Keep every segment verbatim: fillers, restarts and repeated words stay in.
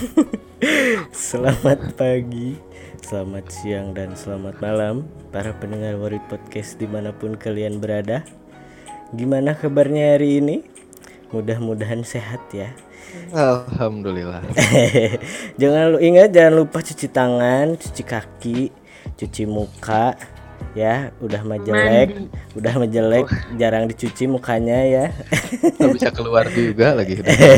Selamat pagi, selamat siang, dan selamat malam para pendengar Worried Podcast dimanapun kalian berada. Gimana kabarnya hari ini? Mudah-mudahan sehat ya. Alhamdulillah. Jangan lu ingat jangan lupa cuci tangan, cuci kaki, cuci muka. Ya, udah majelek, udah majelek, jarang dicuci mukanya ya. Nggak bisa keluar juga lagi.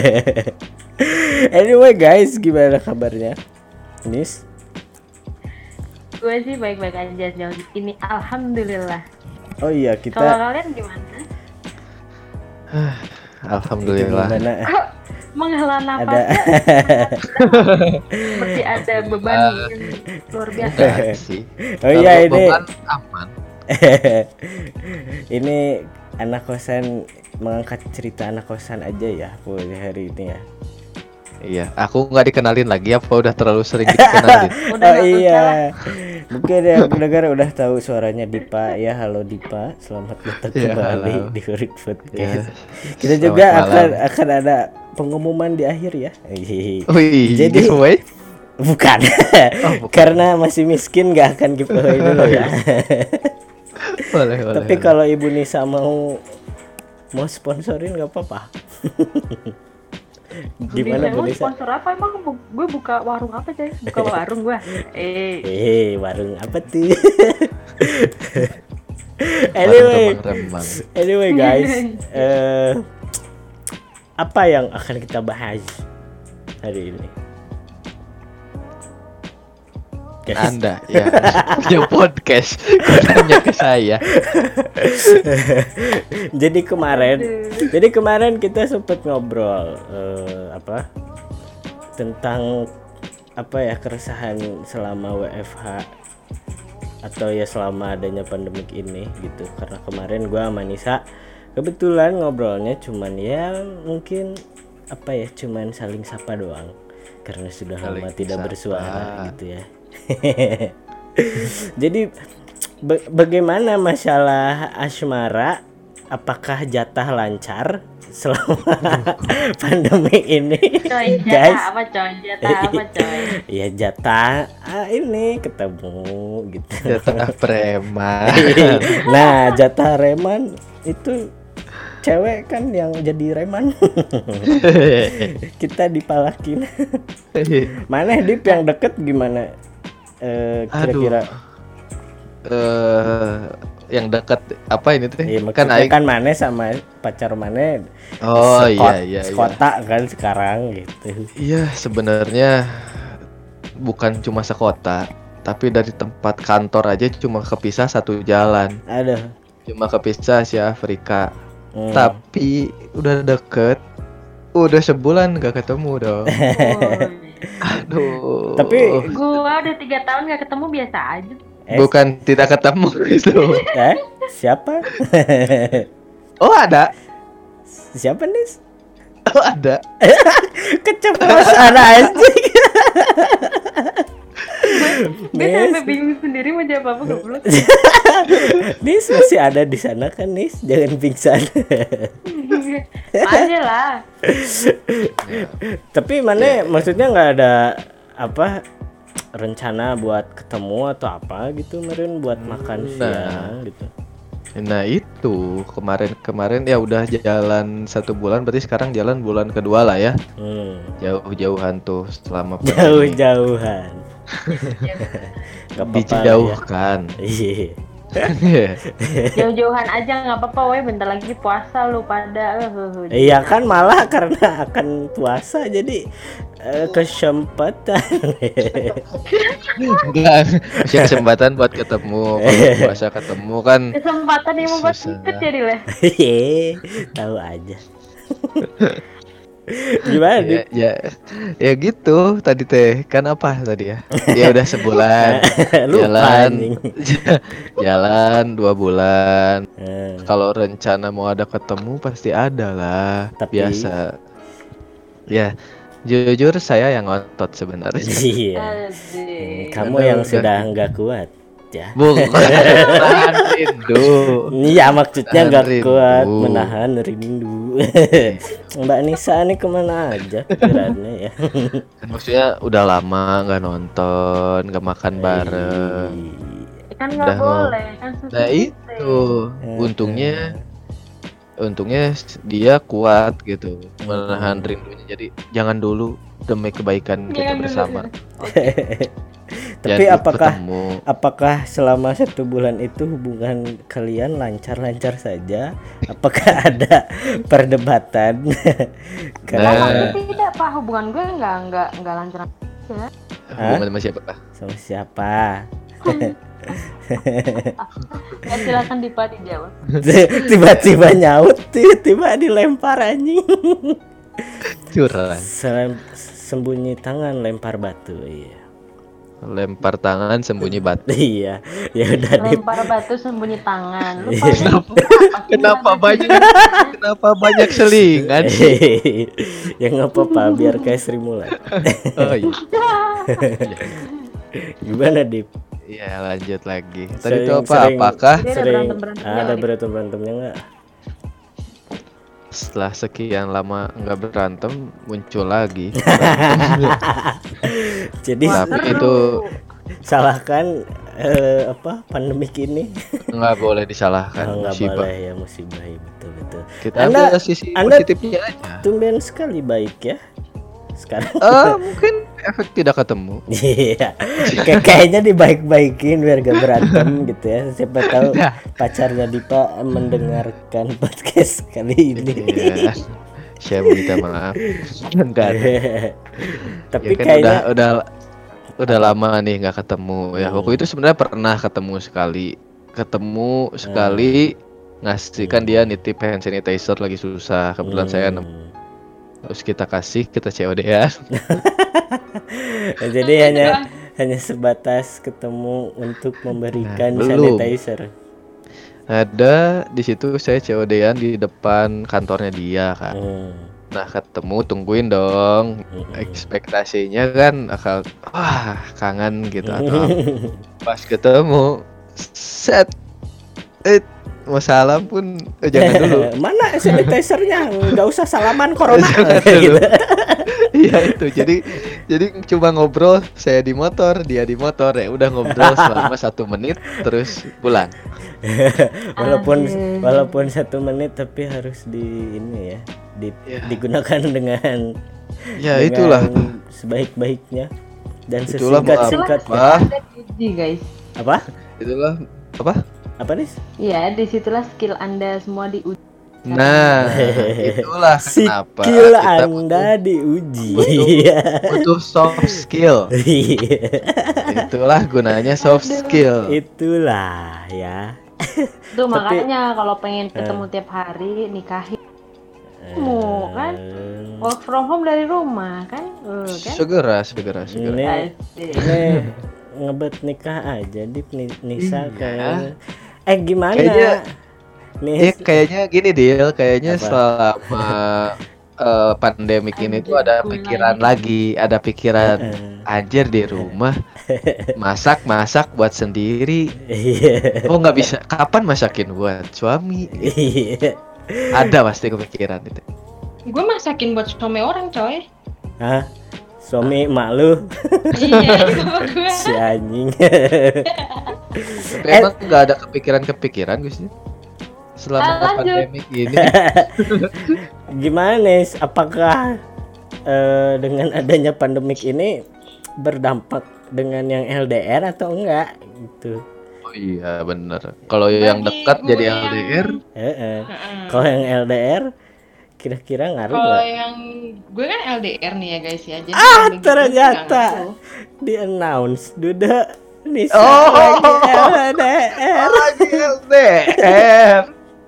Anyway guys, gimana kabarnya? Nis? Gue sih baik-baik aja sejauh ini, alhamdulillah. Oh iya, kita. Kalau kalian gimana? Alhamdulillah. Gimana? Kok menghela nafasnya seperti ada beban Uh, yang luar biasa. Enggak sih. Oh iya, Kalau ini beban aman. ini anak kosan mengangkat cerita anak kosan aja ya boleh hari ini ya. Iya, aku nggak dikenalin lagi apa udah terlalu sering dikenalin. Udah Oh nggak iya, usah mungkin ya pendengar udah tahu suaranya Dipa ya. Halo Dipa, selamat datang Ya, kembali halo. di Worried Ya, Podcast. Kita selamat juga malam. akan akan ada pengumuman di akhir ya. Wih, Jadi giveaway? bukan, Oh, bukan. karena masih miskin nggak akan giveaway dulu ya. Boleh, boleh. Tapi boleh. kalau Ibu Nisa mau mau sponsorin nggak apa-apa. Gimana Bu Emang Nisa? sponsor apa? Emang bu- gue buka warung apa coy? Buka warung gue. Eh, Eh, warung apa tuh? Bareng Anyway, remang-remang. anyway guys, eh apa yang akan kita bahas hari ini? Guys, Anda ya punya podcast, kok nanya ke saya. jadi kemarin, jadi kemarin kita sempat ngobrol eh, apa tentang apa ya keresahan selama W F H atau ya selama adanya pandemik ini gitu. Karena kemarin gua sama Nisa kebetulan ngobrolnya cuman ya mungkin apa ya cuman saling sapa doang karena sudah Saling lama tidak sapa. bersuara gitu ya. Jadi ba- bagaimana masalah asmara? Apakah jatah lancar selama pandemi ini? coy, jatah Guys, apa coy? Jatah apa coy? ya jatah ah, ini ketemu gitu. Jatah preman. Nah, jatah reman itu cewek kan yang jadi reman. Kita dipalakin. Mana Dip yang deket gimana? Eh, kira-kira Eh, yang dekat apa ini teh? ya, kan maksudnya aing. kan Mane sama pacar Mane Oh sekot- iya iya iya. sekota kan sekarang gitu. Iya, sebenarnya bukan cuma sekota, tapi dari tempat kantor aja cuma kepisah satu jalan. Aduh. Cuma kepisah si Afrika. Hmm. Tapi udah deket. Udah sebulan gak ketemu dong. Woy. Aduh. Tapi Gue udah tiga tahun gak ketemu biasa aja. eh, bukan tidak ketemu itu. eh siapa? Oh, ada. Siapa nih? Oh, ada. Keceplosan anjing. Gue sampai bingung sendiri mau jawab apa goblok. Nis masih ada di sana kan Nis? Jangan pingsan. Aja lah. Tapi mana maksudnya nggak ada apa rencana buat ketemu atau apa gitu kemarin buat makan Nah. siang gitu. Nah itu kemarin-kemarin ya udah jalan satu bulan, berarti sekarang jalan bulan kedua lah ya. Hmm. Jauh-jauhan tuh selama pandemi. Jauh-jauhan. Gak apa-apa lah ya. Dijauhkan. Iya. Jauh-jauhan aja nggak apa-apa, woi bentar lagi puasa lu pada. Uh, Iya kan malah karena akan puasa jadi eh, kesempatan. Enggak, masih kesempatan buat ketemu. Kalau puasa ketemu kan. kesempatan yang membuat Susah. ikut jadi lah. Hehe, tahu aja. Gimana Ya, Dik? ya, ya gitu tadi teh kan apa tadi ya? Ya udah sebulan. Lupa jalan, anjing. jalan dua bulan. Eh, Kalau rencana mau ada ketemu pasti ada lah. Tapi- Biasa. Ya, jujur saya yang ngotot sebenarnya. Iya. Aduh. Kamu Karena yang udah- sudah nggak kuat. ya. Bukan menahan rindu. Iya maksudnya Menahan nggak rindu. kuat menahan rindu. Mbak Nisa nih kemana aja pikirannya ya? Kan maksudnya udah lama nggak nonton, nggak makan bareng. Kan nggak Udah, boleh kan Nah sensitif. itu untungnya untungnya dia kuat gitu menahan rindunya. Jadi jangan dulu demi kebaikan kita Jangan dulu. bersama. Tapi Jadi apakah ketemu. apakah selama satu bulan itu hubungan kalian lancar-lancar saja? Apakah ada perdebatan? Karena Nah. Tidak pak, hubungan gue nggak nggak nggak lancar aja. Hubungan sama siapa? sama siapa? Ya, silakan Dipa dijawab. Tiba-tiba nyaut, tiba-tiba dilempar anjing. Curang. Selem- sembunyi tangan lempar batu, iya. Lempar tangan sembunyi batu. Iya, ya udah Dip. Lempar batu sembunyi tangan. Lu Iya. Kenapa banyak kenapa banyak selingan? Ya nggak apa-apa, biar kayak Sri Mulat. Oh iya. Gimana Dip? Iya, lanjut lagi. Tadi itu Sering- apa? sering- Apakah Dia ada Sering berantem-berantemnya ada nggak, berantem berantemnya nggak? setelah sekian lama nggak berantem muncul lagi? Jadi Wah, Tapi seru. itu salahkan eh, apa pandemik ini? nggak boleh disalahkan. Oh, nggak musibah. boleh ya, musibah ya, betul betul. Kita Anda ambil sisi Anda positifnya aja. tumben sekali baik ya sekarang. Eh, mungkin efek tidak ketemu. Iya, Kayak- kayaknya dibaik-baikin biar gak berantem gitu ya. Siapa tahu pacarnya Dipa mendengarkan podcast kali ini. Iya. Saya minta maaf. Enggak. Tapi Ya kan kayaknya udah udah udah lama nih nggak ketemu ya. Waktu itu sebenarnya pernah ketemu sekali. Ketemu sekali ngasih kan dia nitip hand sanitizer lagi susah. Kebetulan saya nemu. Hmm. Terus kita kasih, kita C O D ya. Jadi hanya hanya sebatas ketemu untuk memberikan Nah, belum. sanitizer. Ada di situ saya C O D-an di depan kantornya dia kan. Hmm. Nah, ketemu tungguin dong. Hmm. Ekspektasinya kan akal wah, kangen gitu atau apa. Pas ketemu set eh mau salam pun eh, jangan dulu. Mana sanitizernya? Nggak usah salaman corona. Jangan Gitu. dulu. Iya itu. Jadi jadi cuma ngobrol, saya di motor, dia di motor ya. Udah ngobrol selama satu menit terus pulang. walaupun Aduh. walaupun satu menit tapi harus di ini ya di- Ya. digunakan dengan Ya dengan itulah. sebaik-baiknya dan Itulah sesingkat-singkatnya. Wah, Ada diuji guys. Apa itulah apa? apa nih Iya, disitulah skill anda semua diuji. Nah, itulah kenapa skill kita anda diuji. butuh soft skill. Itulah gunanya soft skill. Itulah ya. Tuh Tapi- makanya kalau pengen ketemu tiap hari nikahin. Mau kan? Eh, Work from home dari rumah kan? Uh, kan? Segera, segera, segera. ini Asik. ini ngebet nikah aja di Nisa Iya. kayaknya. Eh gimana? Kayaknya- Nih, Ya kayaknya gini Dil, kayaknya Apa? selama eh, pandemik ini tuh ada Anjir, pikiran gunanya. lagi, ada pikiran Eh. anjir di rumah masak masak buat sendiri. Iya. Oh nggak bisa, kapan masakin buat suami? Iya. Ada pasti kepikiran itu. Gue masakin buat suami orang coy. Hah? Suami emak lu Iya, gue. si anjing. Tapi emang nggak ada kepikiran-kepikiran Gus selama Ah, lanjut. pandemik ini. Gimana nih? Apakah eh, dengan adanya pandemik ini berdampak dengan yang L D R atau enggak gitu? Oh iya bener. Kalau yang Bagi dekat gue jadi yang- L D R, Heeh. Heeh. Kalau yang L D R kira-kira ngaruh Kalau nggak? yang gue kan L D R nih ya guys ya. Jadi Ah, yang begitu ternyata. nggak ngaruh. Di announce Duda Nisa Oh. lagi L D R. lagi L D R.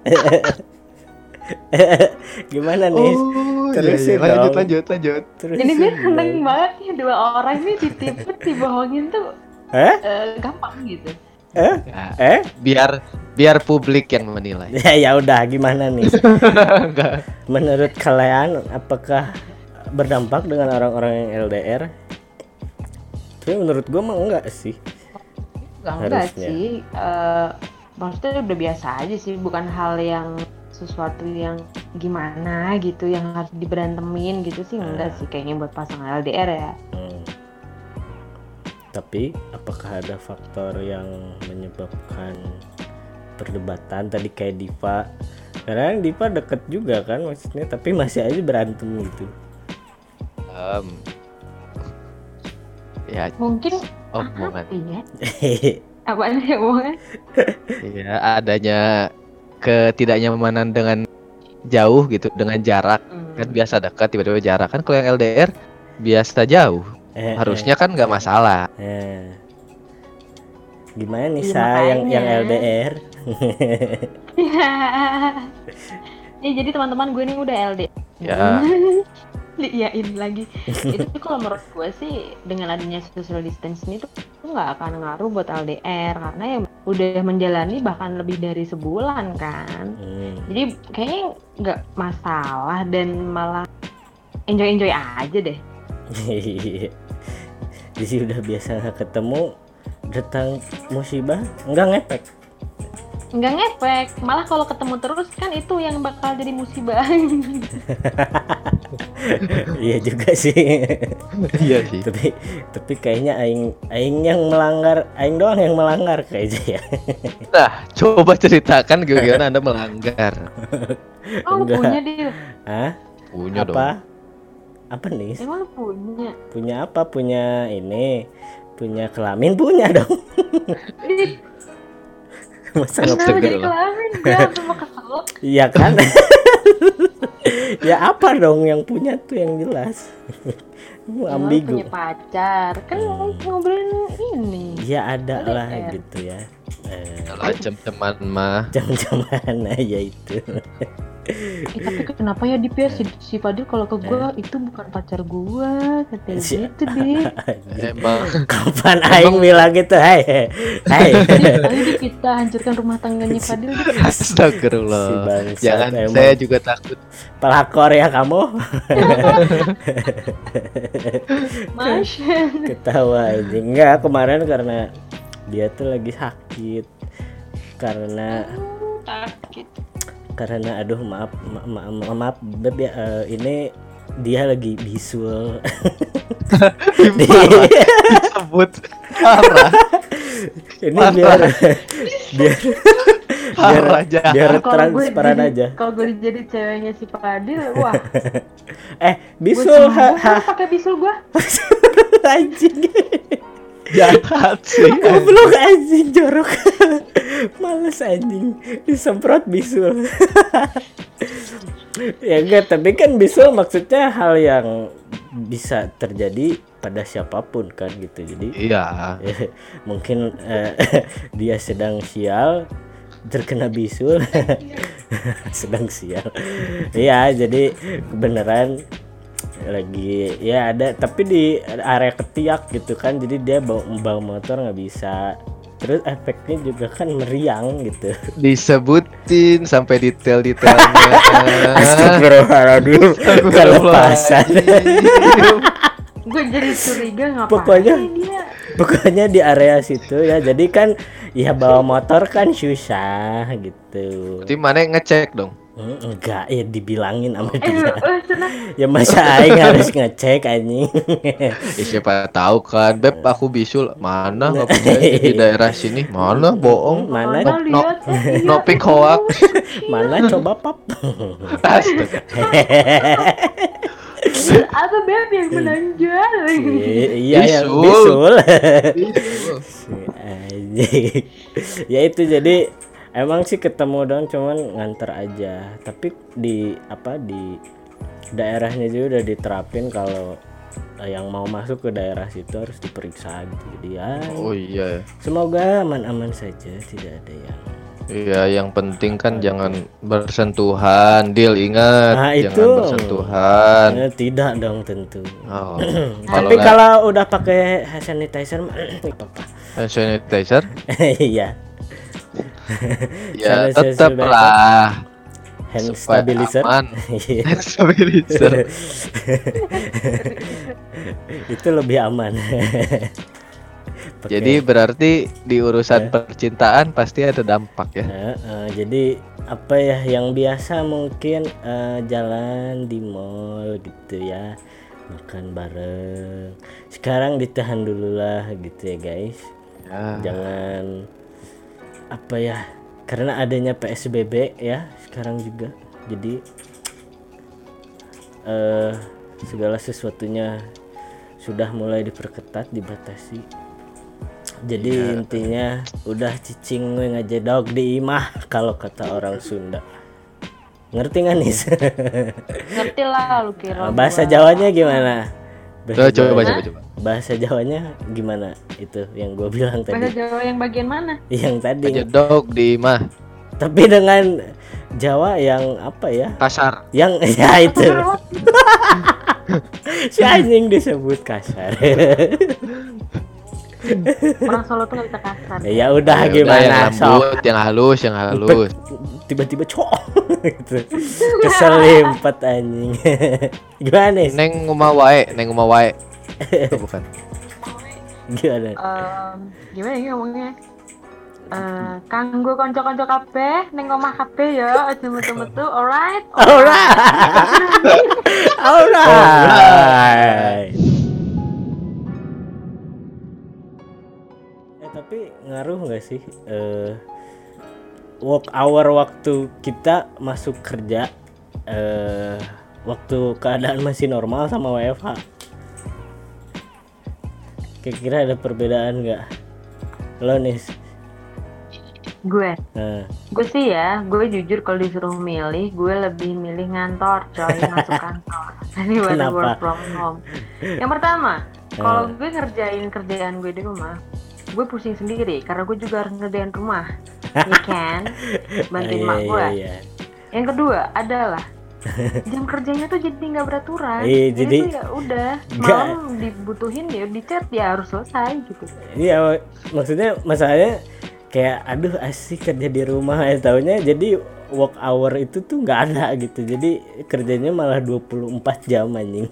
Gimana nih? Oh, Terusin iya, iya. lanjut, dong. lanjut, lanjut. Terus Ini gue seneng banget nih dua orang ini ditipu dibohongin tuh Eh? eh, gampang gitu. Eh? Ya, Eh? biar biar publik yang menilai. Ya ya udah gimana nih? Menurut kalian apakah berdampak dengan orang-orang yang L D R? Tapi menurut gua mah enggak sih. Enggak, enggak harusnya. sih. Eh, maksudnya udah biasa aja sih, bukan hal yang sesuatu yang gimana gitu, yang harus diberantemin gitu sih, enggak sih kayaknya buat pasangan L D R ya. Hmm. Tapi apakah ada faktor yang menyebabkan perdebatan tadi kayak Diva? Karena kan Diva deket juga kan maksudnya, tapi masih aja berantem gitu. Um, ya Mungkin omongan. iya. Apaan sih omongan? Ya adanya ketidaknyamanan dengan jauh gitu, dengan jarak. Hmm. Kan biasa dekat tiba-tiba jarak. Kan kalau yang L D R biasa jauh. Eh, Harusnya kan nggak masalah. eh. Gimana nih Iya, Sa yang yang makanya. L D R? Ya jadi teman-teman gue nih udah L D R. Ya. Diiyain lagi. Itu kalau menurut gue sih dengan adanya social distancing itu tuh nggak akan ngaruh buat L D R karena ya udah menjalani bahkan lebih dari sebulan kan. Hmm. Jadi kayaknya nggak masalah dan malah enjoy-enjoy aja deh. Jadi udah biasa nggak ketemu, datang musibah nggak ngefek. Nggak ngefek, malah kalau ketemu terus kan itu yang bakal jadi musibah. Iya juga sih. Iya sih. tapi tapi kayaknya aing aing yang melanggar, aing doang yang melanggar kayaknya ya. Nah, coba ceritakan gimana Anda melanggar. Oh, lu Enggak. punya Dil? Hah? Punya dong. Apa? Apa nih? Emang lu punya? Punya apa? Punya ini? Punya kelamin punya dong. Ih, Masa nggak kenapa punya? jadi kelamin? Gue langsung mau kesel. Iya kan? Ya apa dong yang punya tuh yang jelas. Ya, lu Ambigu. punya pacar. Kan ngobrolin ini. Ya ada L D R. lah gitu ya. Eh, Kalau cem-ceman mah jam-jaman aja itu. Eh, tapi kenapa ya Dip ya si, si Fadil kalau ke gue itu bukan pacar gue, katanya Si- gitu Dip. emang Kapan aing bilang gitu? Hai. Hai. Dip, ayo Dip kita hancurkan rumah tangganya Fadil Dip. Si astagfirullah. bangsat Jangan, emang. saya juga takut. Pelakor ya kamu. Masya. Ketawa aja. Enggak, kemarin karena dia tuh lagi sakit. Karena Sakit. karena aduh maaf ma- ma- ma- maaf beb ya, eh, ini dia lagi bisul. Disebut parah. Ini biar biar biar Parah jahat. biar Kalau gue transparan jadi- aja. Kalau gue jadi ceweknya si Fadil, wah. Eh Gue bisul ha, sembuh ha, kan pakai bisul gue. anjing. Jahat sih. Goblok anjing jorok. Males anjing disemprot bisul. Ya enggak, tapi kan bisul maksudnya hal yang bisa terjadi pada siapapun kan gitu. Jadi Iya. ya, mungkin eh, dia sedang sial terkena bisul. Sedang sial. Iya, jadi kebenaran lagi ya ada, tapi di area ketiak gitu kan, jadi dia bawa, bawa motor nggak bisa, terus efeknya juga kan meriang gitu. Disebutin sampai detail-detailnya. Astagfirullahaladzim, kelepasan. Gue jadi curiga ngapain Pokoknya- dia. Pokoknya di area situ ya, jadi kan ya bawa motor kan susah gitu. Berarti mana yang ngecek dong? Hmm, enggak ya dibilangin sama Eh, dia. oh, senang. Ya masa aing harus ngecek anjing. Ya, siapa tahu kan, Beb aku bisul. Mana nggak punya di daerah sini? Mana bohong? Mana Mana no- lihat? Oh, iya. no pick hoax. mana coba pap. Astaga. Apa Beb yang menonjol? Iya ya Bisul. bisul. Anjing. Ya itu jadi emang sih ketemu dong, cuman nganter aja. Tapi di apa di daerahnya juga udah diterapin kalau yang mau masuk ke daerah situ harus diperiksa gitu. Jadi ya Oh iya. semoga aman-aman saja, tidak ada yang. Iya, yang penting kan jangan bersentuhan, Deal, ingat. Nah, jangan itu. bersentuhan. Eh, tidak dong tentu. Oh. Tapi nggak- kalau udah pakai hand sanitizer mah nggak apa-apa. hand sanitizer, Iya. ya Sanitizer tetap sudah lah. Hand Supaya stabilizer. aman. Iya. Hand stabilizer. Itu lebih aman. Pakai- Jadi berarti di urusan Eh. percintaan pasti ada dampak ya. Eh, eh, jadi apa ya yang biasa mungkin eh, jalan di mall gitu ya, makan bareng. Sekarang ditahan dulu lah gitu ya guys. Ya. Jangan apa ya, karena adanya P S B B ya sekarang juga. Jadi eh segala sesuatunya sudah mulai diperketat, dibatasi. Jadi Iya. intinya udah cicing we ngajedog di imah kalau kata orang Sunda. Ngerti nggak nih? Ngerti lah lu kira. Bahasa gua- Jawanya gimana? Coba coba Jawanya- coba coba. Bahasa Jawanya gimana? Itu yang gue bilang Bahasa tadi. Jawa yang bagian mana? Yang tadi. Jedok di mah Tapi dengan Jawa yang apa ya? kasar. Yang ya itu. Si anjing disebut kasar. Orang Solo tuh nggak bisa kasar. Ya udah Ya udah, gimana? yang Sok. lembut, yang halus, yang halus. Tiba-tiba cok gitu. Keselimpet anjing. Gimana nih? Neng ngomah wae, neng ngomah wae. Oh, bukan. Gimana? Em, gimana ya ngomongnya? Eh, kanggo konco-konco kabeh ning omah kabeh ya, aja metu-metu. Alright. Alright. Alright. Eh tapi ngaruh nggak sih eh work hour waktu kita masuk kerja eh waktu keadaan masih normal sama W F H? Kira-kira ada perbedaan nggak? Lo nih? Gue, Nah, gue sih ya, gue jujur kalau disuruh milih, gue lebih milih ngantor, coy, masuk kantor daripada Kenapa? work from home. Yang pertama, kalau Eh. gue ngerjain kerjaan gue di rumah, gue pusing sendiri karena gue juga harus ngerjain rumah, ya kan, bantuin iya, mak gue. iya, iya. Yang kedua adalah jam kerjanya tuh jadi nggak beraturan. Iya, Jadi jadi tuh ya udah nggak- malam dibutuhin ya di chat ya harus selesai gitu. Iya, maksudnya masalahnya kayak aduh asik kerja di rumah ya taunya jadi work hour itu tuh nggak ada gitu. Jadi kerjanya malah dua puluh empat jam anjing.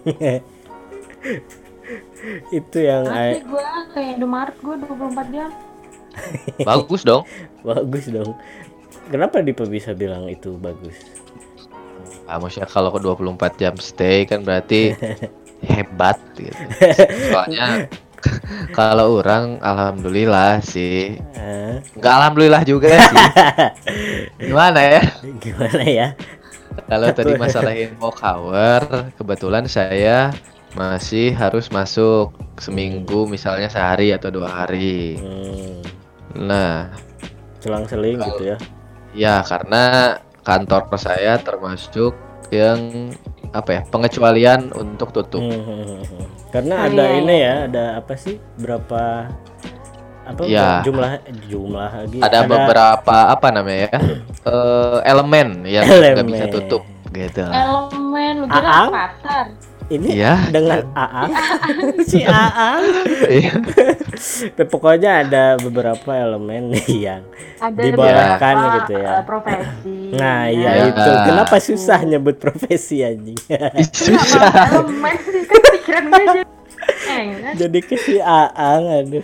Itu yang Tapi I- gue kayak Indomaret gue dua puluh empat jam. Bagus dong. bagus dong. Kenapa Dipa bisa bilang itu bagus? Ah, maksudnya kalau ke dua puluh empat jam stay kan berarti hebat gitu. Soalnya kalau orang alhamdulillah sih. Ah, Enggak alhamdulillah juga sih. Gimana ya? gimana ya? Kalau tadi masalahin work hour, kebetulan saya masih harus masuk seminggu misalnya sehari atau dua hari. Hmm, Nah, selang-seling gitu ya. ya karena kantor saya termasuk yang apa ya pengecualian untuk tutup. Hmm, hmm, hmm, hmm. Karena Oh, ada iya, ini iya. ya, ada apa sih? Berapa apa Ya. jumlah jumlah lagi? Ada beberapa apa namanya ya eh, elemen yang nggak Elemen. bisa tutup gitu. Elemen, lu kira Aang? pasar. Ini Iya. dengan Aang, si Aang. Iya. Pokoknya ada beberapa elemen yang Ada dibolehkan beberapa, gitu ya. eh, profesi. Nah, ya. ya Ya. itu. Kenapa susah nyebut profesi anjing? Susah. Kenapa elemen sih kan pikiran gue aja. Enggak. Jadi ke si Aang, aduh.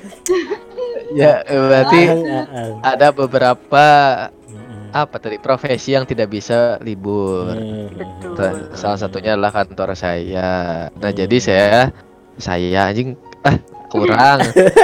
Ya berarti Aang, Aang. ada beberapa Mm-mm. apa tadi profesi yang tidak bisa libur. Hmm. Betul. Sa- Salah satunya adalah kantor saya. Nah, Hmm. jadi saya saya anjing ah kurang.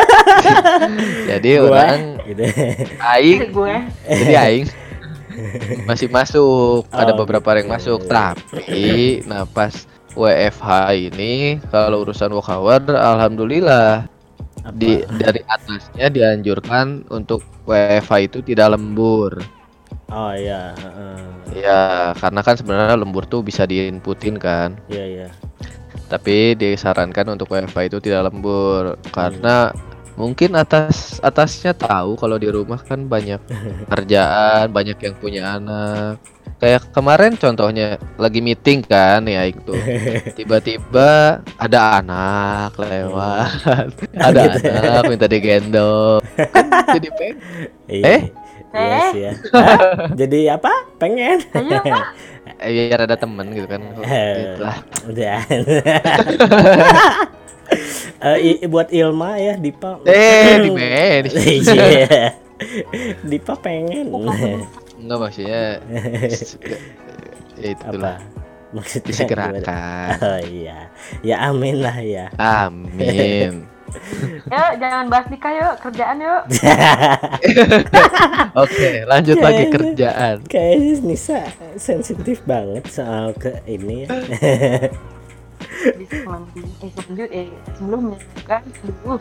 Jadi Gua, orang gitu. aing gue. jadi aing masih masuk. Ada Oh, beberapa yang gitu. masuk, tapi nah pas W F H ini kalau urusan work hour alhamdulillah Apa? di dari atasnya dianjurkan untuk W F H itu tidak lembur. Oh iya, heeh. Ya, karena kan sebenarnya lembur tuh bisa diinputin kan. Iya iya. Tapi disarankan untuk W F H itu tidak lembur karena mungkin atas atasnya tahu kalau di rumah kan banyak kerjaan, banyak yang punya anak. Kayak kemarin contohnya lagi meeting kan ya itu. Tiba-tiba ada anak lewat. Ada Gitu. anak minta digendong. Kan jadi pengen. Iya. Eh? Iya Eh? sih ya. Hah? Jadi apa? Pengen? Ayo, Pak. Eh, biar ada temen gitu kan. Eh. Gitu lah. Udah. Eh, i- buat Ilma ya, Dipa. Eh, di mana? Iya. Dipa pengen. Enggak maksudnya ya itulah. Apa? Maksudnya gimana? Disegerakan. Oh iya. Ya amin lah ya. Amin. Yuk, jangan bahas nikah yuk, kerjaan yuk. Oke, lanjut lagi kerjaan. Kayaknya Nisa sensitif banget soal ke ini ya. Bisa nanti eh sebelum eh sebelumnya kan. Aduh.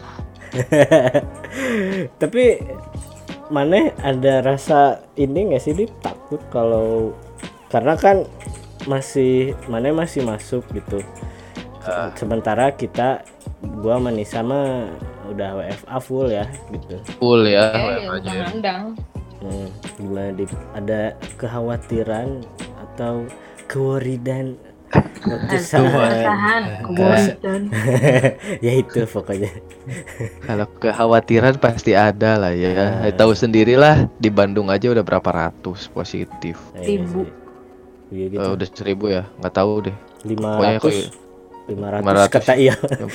Tapi Maneh ada rasa ini nggak sih, Dip, takut kalau karena kan masih Maneh masih masuk gitu. Uh. Sementara kita gua sama Nisa mah udah W F A full ya gitu. Full ya, Eh, W F aja. undang-undang. Hmm, gimana, Dip? Ada kekhawatiran atau kewaridan waktu saat Keresahan, keboritan. ya itu pokoknya. Kalau kekhawatiran pasti ada lah ya. Tahu sendirilah di Bandung aja udah berapa ratus positif. Ribu. Iya gitu. Eh, udah seribu ya, nggak tahu deh. lima Pokoknya ratus kayak- lima lima ratus ratus. kata iya.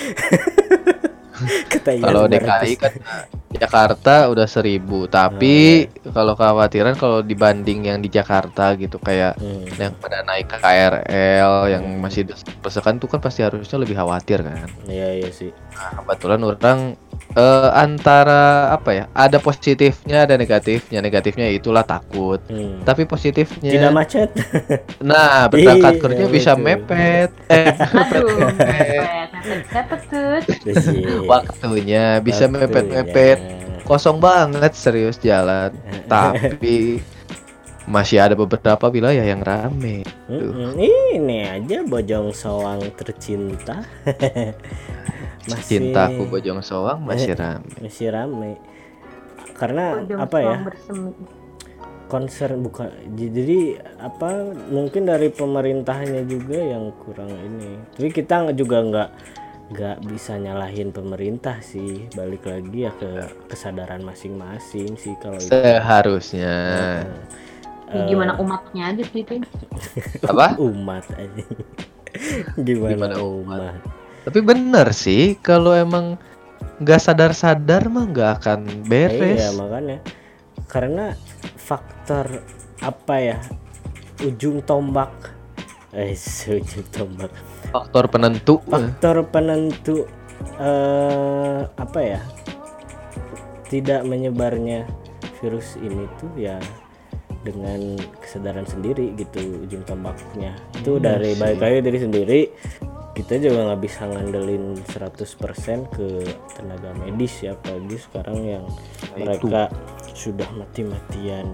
Kata iya. Kalau lima D K I ratus. kan Jakarta udah seribu, tapi kalau kekhawatiran kalau dibanding yang di Jakarta gitu kayak Hmm. yang pada naik ke K R L yang masih persekan tuh kan pasti harusnya lebih khawatir kan. Iya iya sih. Nah, kebetulan orang eh, antara apa ya, ada positifnya ada negatifnya. Negatifnya itulah takut, Hmm. tapi positifnya Tidak macet. nah berangkat Iya, kerja bisa betul. mepet eh Aduh, mepet, mepet, mepet tuh. Iya. waktunya bisa Waktunya. mepet-mepet, kosong banget serius jalan. Tapi masih ada beberapa wilayah yang rame. Mm-mm. Ini aja Bojong Soang tercinta. Cintaku Bojong Soang masih rame. Masih rame. Karena Bojong apa ya? Soang bersemi. Konser bukan jadi apa mungkin dari pemerintahnya juga yang kurang ini. Tapi kita nggak- juga nggak nggak bisa nyalahin pemerintah sih. Balik lagi ya ke kesadaran masing-masing sih kalau itu. Seharusnya. Ya, gimana umatnya aja sih itu. Apa? Umat aja. Gimana, Gimana umat? Tapi bener sih kalau emang nggak sadar-sadar mah nggak akan beres. Iya makanya karena faktor apa ya ujung tombak eh ujung tombak Faktor penentu. faktor penentu eh apa ya tidak menyebarnya virus ini tuh ya dengan kesadaran sendiri gitu ujung tombaknya itu Iya dari sih. baik lagi dari sendiri. Kita juga nggak bisa ngandelin seratus persen ke tenaga medis ya apalagi sekarang yang Nah, mereka sudah mati-matian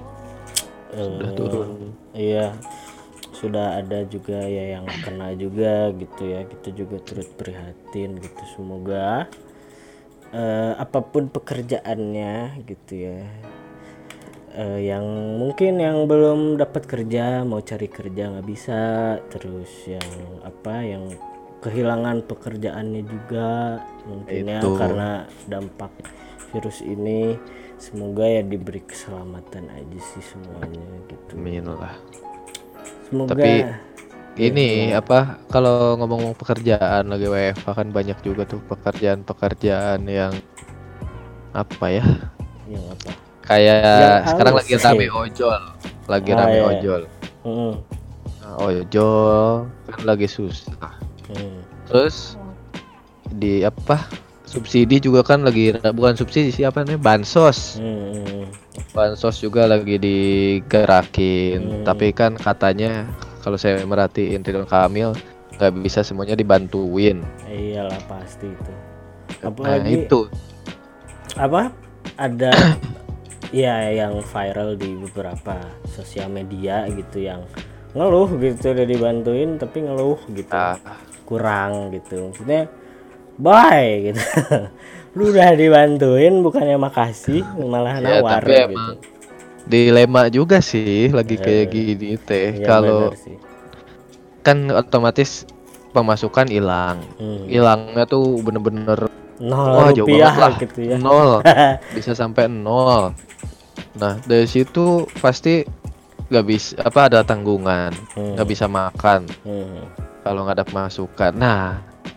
Sudah eh, turun. iya sudah ada juga ya yang kena juga gitu ya kita juga turut prihatin gitu semoga eh, apapun pekerjaannya gitu ya eh, yang mungkin yang belum dapat kerja mau cari kerja nggak bisa terus yang apa yang kehilangan pekerjaannya juga mungkin ya Itu. karena dampak virus ini semoga ya diberi keselamatan aja sih semuanya gitu Amin lah. semoga Tapi ini apa kalau ngomong pekerjaan lagi W F H kan banyak juga tuh pekerjaan-pekerjaan yang apa ya? yang apa Kayak Yang sekarang halus lagi rame sih. ojol. Lagi Ah, rame iya. ojol. Mm, Nah, ojol kan lagi susah. mm. Terus di apa? Subsidi juga kan lagi bukan subsidi sih apa namanya? Bansos. Hmm, Bansos juga lagi digerakin. Hmm. Tapi kan katanya kalau saya merhatiin Ridwan Kamil nggak bisa semuanya dibantuin. iyalah pasti itu. Nah Apalagi itu apa ada ya yang viral di beberapa sosial media gitu yang ngeluh gitu udah dibantuin tapi ngeluh gitu ah, kurang gitu maksudnya bye gitu. Lu udah dibantuin bukannya makasih malah ya, nawar tapi gitu. emang dilema juga sih lagi kayak Eh, gini teh. Iya, Kalau bener sih. kan otomatis pemasukan hilang. Hmm. Hilangnya tuh bener-bener nol wah jauh rupiah banget lah. gitu ya. Nol. Bisa sampai nol. Nah dari situ pasti nggak bisa apa ada tanggungan, Hmm. nggak bisa makan Hmm. kalau nggak ada pemasukan. Nah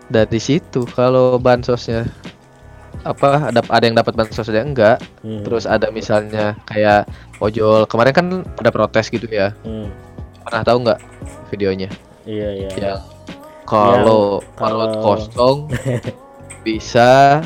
dari situ kalau bansosnya apa ada ada yang dapat bansosnya enggak. Hmm. Terus ada misalnya kayak ojol kemarin kan ada protes gitu ya. Hmm. Pernah tahu nggak videonya? Iya iya. Yang kalau Yang perut kalau- kosong bisa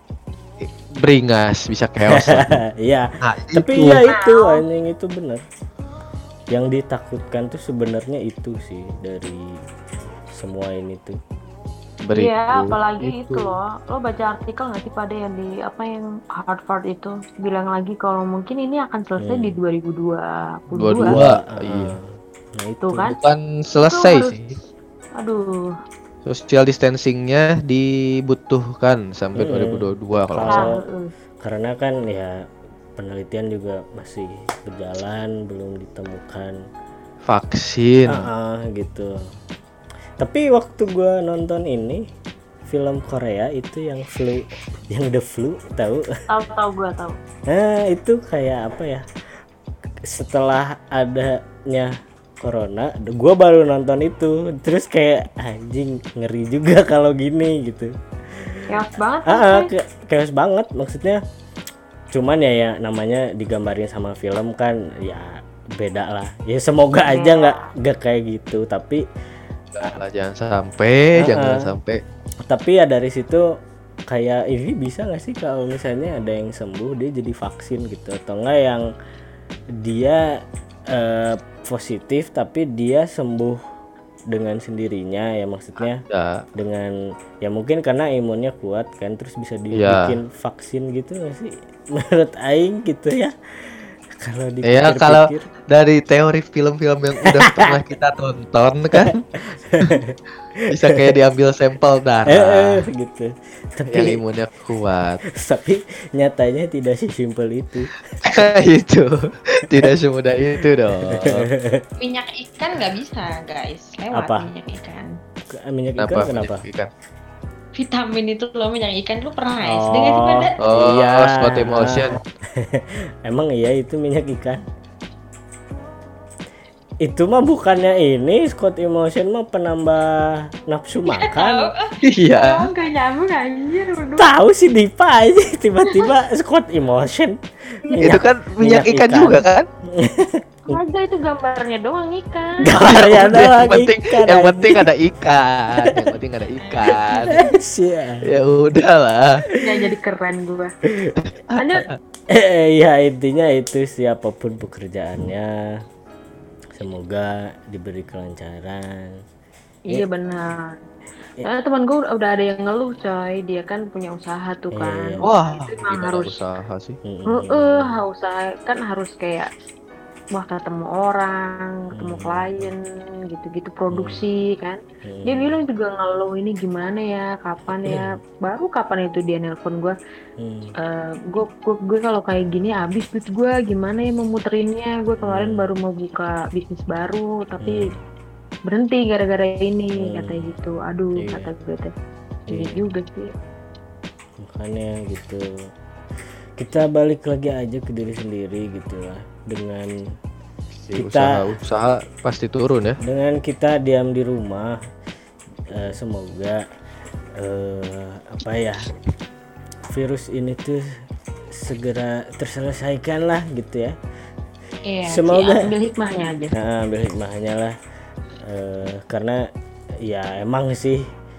beringas, bisa chaos lah. Iya. Nah, Tapi itu. ya itu anjing itu benar. Yang ditakutkan tuh sebenarnya itu sih dari semua ini tuh. Berikut Iya, apalagi itu. loh. Lo baca artikel nggak sih pada yang di apa yang Harvard itu bilang lagi kalau mungkin ini akan selesai Hmm. di dua ribu dua puluh dua. Dua-dua. Ah, Iya. Nah itu Tuh kan? Bukan selesai Itu harus- sih. Aduh, Social distancingnya dibutuhkan sampai Mm-mm. dua ribu dua puluh dua kalau nggak Kalau- salah. harus. karena kan ya penelitian juga masih berjalan, belum ditemukan Vaksin. ah, ah, gitu. Tapi waktu gua nonton ini film Korea itu yang flu, yang The Flu, tahu? Tahu tahu gue tahu. Nah itu kayak apa ya? Setelah adanya corona, gua baru nonton itu, terus kayak anjing ngeri juga kalau gini gitu. Chaos banget. Ah, kan, ah, Coy? ke- chaos banget maksudnya. Cuman ya ya namanya digambarin sama film kan ya beda lah. Ya semoga aja Beda. nggak nggak kayak gitu. Tapi Jangan lah, jangan sampai, Ah, jangan ah. sampai. tapi ya dari situ kayak ini bisa nggak sih kalau misalnya ada yang sembuh dia jadi vaksin gitu atau enggak yang dia eh, positif tapi dia sembuh dengan sendirinya ya maksudnya Ya, dengan ya mungkin karena imunnya kuat kan terus bisa Iya. dibikin vaksin gitu nggak sih menurut Aing gitu ya kalau ya kalau dipikir-pikir dari teori film-film yang udah pernah kita tonton kan, bisa kayak diambil sampel eh, darah eh, gitu yang tapi imunnya kuat. tapi nyatanya tidak sesimpel itu. Itu tidak semudah itu dong. Minyak ikan nggak bisa guys, lewat Apa? minyak ikan. Minyak ikan Kenapa? kenapa? Ikan. Vitamin itu loh minyak ikan, lu pernah Oh. S D nggak sih pada? Oh, Iya. spot emotion. Emang iya itu minyak ikan. Itu mah bukannya ini Scott Emotion mah penambah nafsu makan. Iya. Oh, nggak nyambung anjir berdua. Tahu si Dipa aja tiba-tiba Scott Emotion. Itu kan minyak ikan juga kan? Aja itu gambarnya doang ikan. Gambarnya Yang doang penting, ikan. yang penting ada ikan. Yang penting ada ikan. Sial. Ya udahlah. Ya jadi keren gua. Lanjut. Eh, ya intinya itu siapapun pekerjaannya semoga diberi kelancaran. Iya benar. Ya, teman gue udah ada yang ngeluh coy, dia kan punya usaha tuh kan. Iya. Wah, Itu emang gimana harus usaha sih? Mm-mm. Heeh, usaha kan harus kayak wah ketemu orang, ketemu Hmm. klien, gitu-gitu produksi kan. Mm-mm. Dia bilang juga ngeluh ini gimana ya, kapan ya. Baru kapan itu dia nelpon gue, Mm. gue gue gue kalau kayak gini habis duit gue, gimana ya memuterinnya. Gue kemarin Hmm. baru mau buka bisnis baru, tapi berhenti gara-gara ini, Hmm. katanya gitu. Aduh, Iya. kata gue teh. Iya Iya. juga sih. Makanya gitu kita balik lagi aja ke diri sendiri gitu lah dengan Si Kita- usaha-usaha pasti turun ya. dengan kita diam di rumah eh, semoga eh, apa ya virus ini tuh segera terselesaikan lah gitu ya. Iya, Semoga- sih, ambil hikmahnya aja. Nah, ambil hikmahnya lah. Eh, karena ya emang sih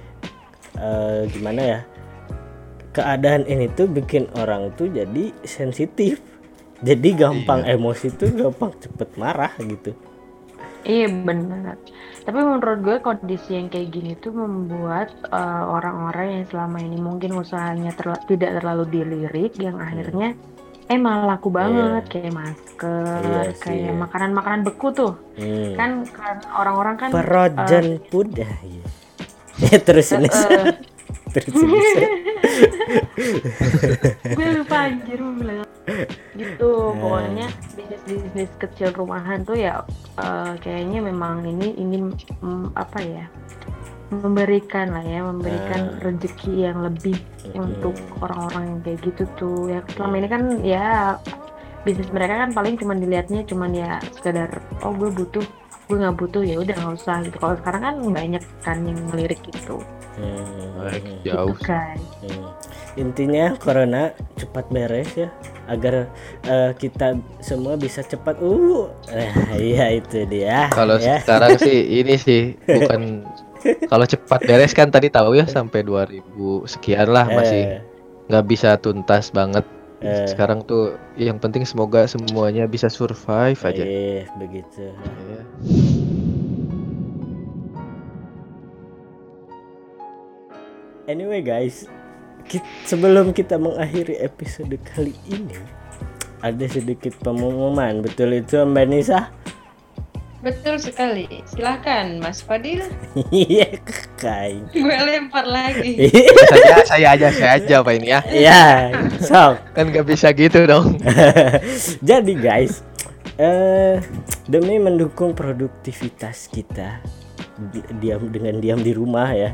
eh, gimana ya keadaan ini tuh bikin orang tuh jadi sensitif, jadi gampang emosi tuh gampang cepet marah gitu. Iya benar. Tapi menurut gue kondisi yang kayak gini tuh membuat eh, orang-orang yang selama ini mungkin usahanya terla- tidak terlalu dilirik, yang akhirnya eh malah laku banget, kayak masker, Iya sih, kayak iya. makanan-makanan beku tuh. Hmm. Kan kan orang-orang kan Perojan pud ya. Iya. Ya, terus ini eh, terus ini gue lupa anjir mau bilang gitu. Pokoknya bisnis-bisnis kecil rumahan tuh ya eh, kayaknya memang ini ini mm, apa ya, memberikan lah ya, memberikan Ah. rezeki yang lebih Mm-mm. untuk orang-orang yang kayak gitu tuh. Ya selama ini kan ya bisnis mereka kan paling cuman dilihatnya cuman ya sekedar oh gue butuh, gue nggak butuh ya udah nggak usah gitu. Kalau sekarang kan banyak kan yang ngelirik gitu. Hmm. Jauh. Gitu, guys. Hmm. Intinya corona cepat beres ya, agar uh, kita semua bisa cepat uh nah, iya itu dia Kalau ya. sekarang sih ini sih bukan kalau cepat beres kan tadi tahu ya sampai dua ribu sekian lah masih Eh, nggak bisa tuntas banget. Eh. Sekarang tuh yang penting semoga semuanya bisa survive aja. Iya begitu. Ya. Anyway guys, ki- sebelum kita mengakhiri episode kali ini, ada sedikit pengumuman, betul itu Mbak Nisa? Betul sekali. Silahkan Mas Fadil. Iya kain. Gue lempar lagi. saya saya aja saya aja Pak ini ya. Iya, sok. Kan nggak bisa gitu dong. Jadi guys, eh demi mendukung produktivitas kita di- diam dengan diam di rumah ya.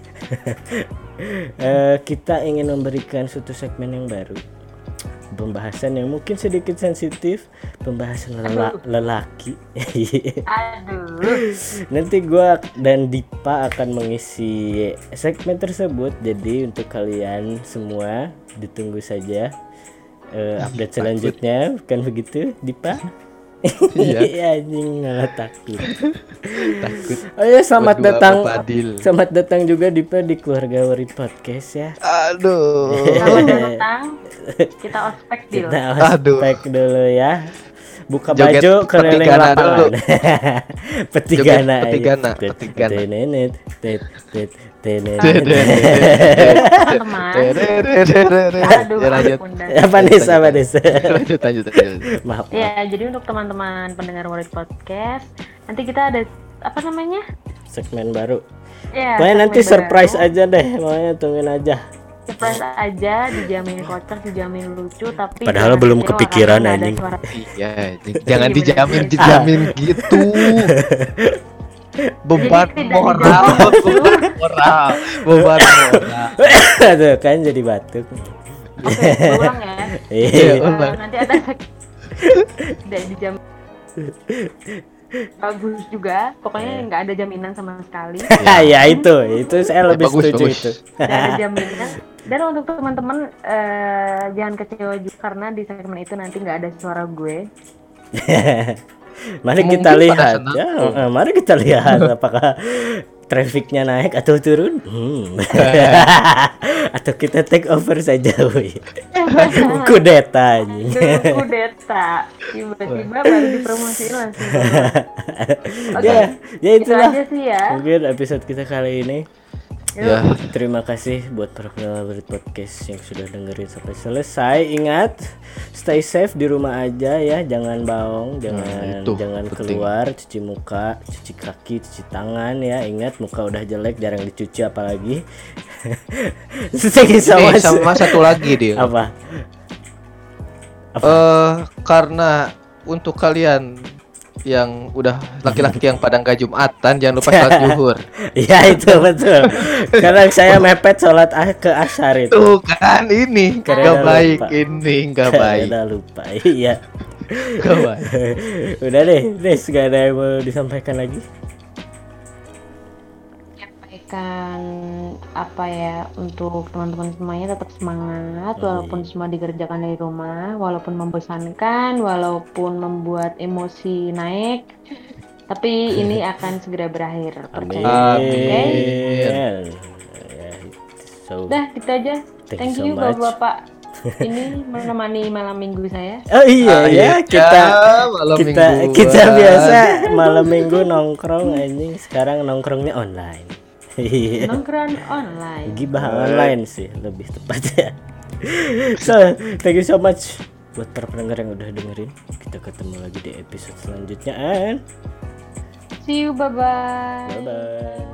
eh, kita ingin memberikan suatu segmen yang baru, pembahasan yang mungkin sedikit sensitif, pembahasan lela- lelaki. Aduh. Nanti gua dan Dipa akan mengisi segmen tersebut, jadi untuk kalian semua ditunggu saja eh, update selanjutnya, bukan begitu Dipa? Iya anjing malah takut. Takut. Oh ya, selamat Berdua datang. Bapak Adil. Selamat datang juga Dipa di Keluarga Warit Podcast ya. Aduh. Selamat datang. Kita ospek Dil. Kita Aduh. ospek dulu ya. Buka Joget baju keliling petigana lapangan. dulu. Petigana. Joget petigana, Tet, petigana. tenenet, tet, tet, tenenet. Teman-teman. Aduh, Ya, lanjut. ampun dah. Apa nih, apa nih? Lanjut lanjut lanjut. Maaf. Ya, jadi untuk teman-teman pendengar Warit Podcast, nanti kita ada apa namanya? Segmen baru. Ya. Pokoknya nanti segmen surprise baru. aja deh, pokoknya tungguin aja. Surprise aja, dijamin kocak, dijamin lucu, tapi Padahal jangan belum kecewa kepikiran, karena nggak ada anjing. suara. Iya, jangan Iya, dijamin bener. dijamin gitu. Beban Jadi tidak moral, dijamin. beban moral, beban moral. Aduh, kan jadi batuk. Oke, gue ulang ya. Iya. Iya, Eh, ulang. nanti ada tidak dijamin. Bagus juga, pokoknya nggak ada jaminan sama sekali. Ya itu, itu saya lebih bagus, setuju bagus. itu. Nggak ada jaminan. Dan untuk teman-teman eh, jangan kecewa juga karena di segmen itu nanti nggak ada suara gue. Mari Mungkin kita pada lihat senang. ya, eh, mari kita lihat apakah trafficnya naik atau turun. Hmm. Atau kita take over saja, woi. Kudeta anjing. Dulu kudeta, tiba-tiba baru dipromosiin langsung. Oke, Ya, ya itu itulah. aja sih ya. Mungkin episode kita kali ini. Ya, Terima kasih buat para pendengar Warit Podcast yang sudah dengerin sampai selesai. Ingat, stay safe di rumah aja ya, jangan baong, jangan itu jangan penting. keluar, cuci muka, cuci kaki, cuci tangan ya. Ingat, muka udah jelek, jarang dicuci apalagi. Thank you so ini much. sama satu lagi dia. Apa? Apa? Eh, karena untuk kalian yang udah laki-laki yang pada nggak Jumatan, jangan lupa sholat zuhur. Ya itu betul. Karena saya mepet sholat ah- ke asyar itu. Tuh kan ini Karena nggak udah baik, lupa. ini nggak baik, Udah lupa. Iya. nggak baik. Udah deh, Des, gak ada yang mau disampaikan lagi. Sampaikan apa ya untuk teman-teman semuanya tetap semangat walaupun semua dikerjakan dari rumah, walaupun membosankan, walaupun membuat emosi naik, tapi ini akan segera berakhir. Percaya. Amin. Ya, so, Udah gitu aja. Thank Thank you so you much. bapak-bapak ini menemani malam minggu saya. oh iya ya, Akhirnya kita malam kita mingguan. kita biasa malam minggu nongkrong anjing, sekarang nongkrongnya online. Iya. Nongkrong online. Gibah online sih lebih tepatnya. So, thank you so much buat para pendengar yang udah dengerin. Kita ketemu lagi di episode selanjutnya and See you, bye bye. bye bye.